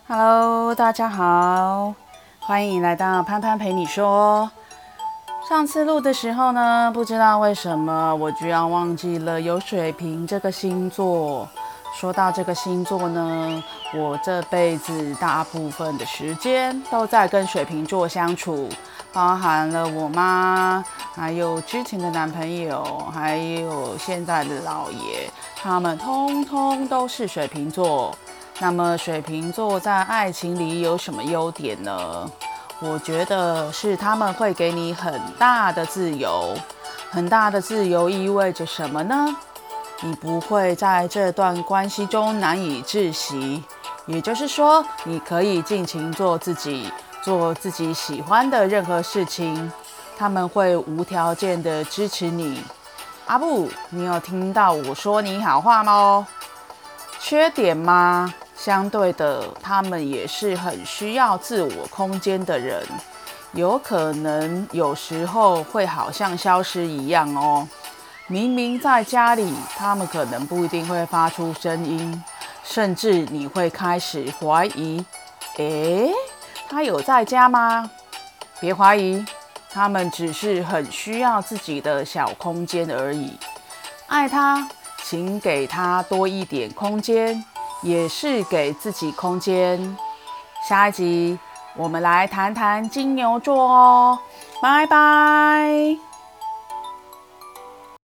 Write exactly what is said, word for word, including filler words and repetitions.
Hello，大家好，欢迎来到潘潘陪你说。上次录的时候呢，不知道为什么我居然忘记了有水瓶这个星座。说到这个星座呢，我这辈子大部分的时间都在跟水瓶座相处，包含了我妈，还有之前的男朋友，还有现在的老爷，他们通通都是水瓶座。那么水瓶座在爱情里有什么优点呢？我觉得是他们会给你很大的自由。很大的自由意味着什么呢？你不会在这段关系中难以窒息，也就是说，你可以尽情做自己，做自己喜欢的任何事情，他们会无条件的支持你。阿布，你有听到我说你好话吗？缺点吗？相对的，他们也是很需要自我空间的人，有可能有时候会好像消失一样哦。明明在家里，他们可能不一定会发出声音，甚至你会开始怀疑：诶，他有在家吗？别怀疑，他们只是很需要自己的小空间而已。爱他，请给他多一点空间，也是给自己空间。下一集我们来谈谈金牛座哦，拜拜。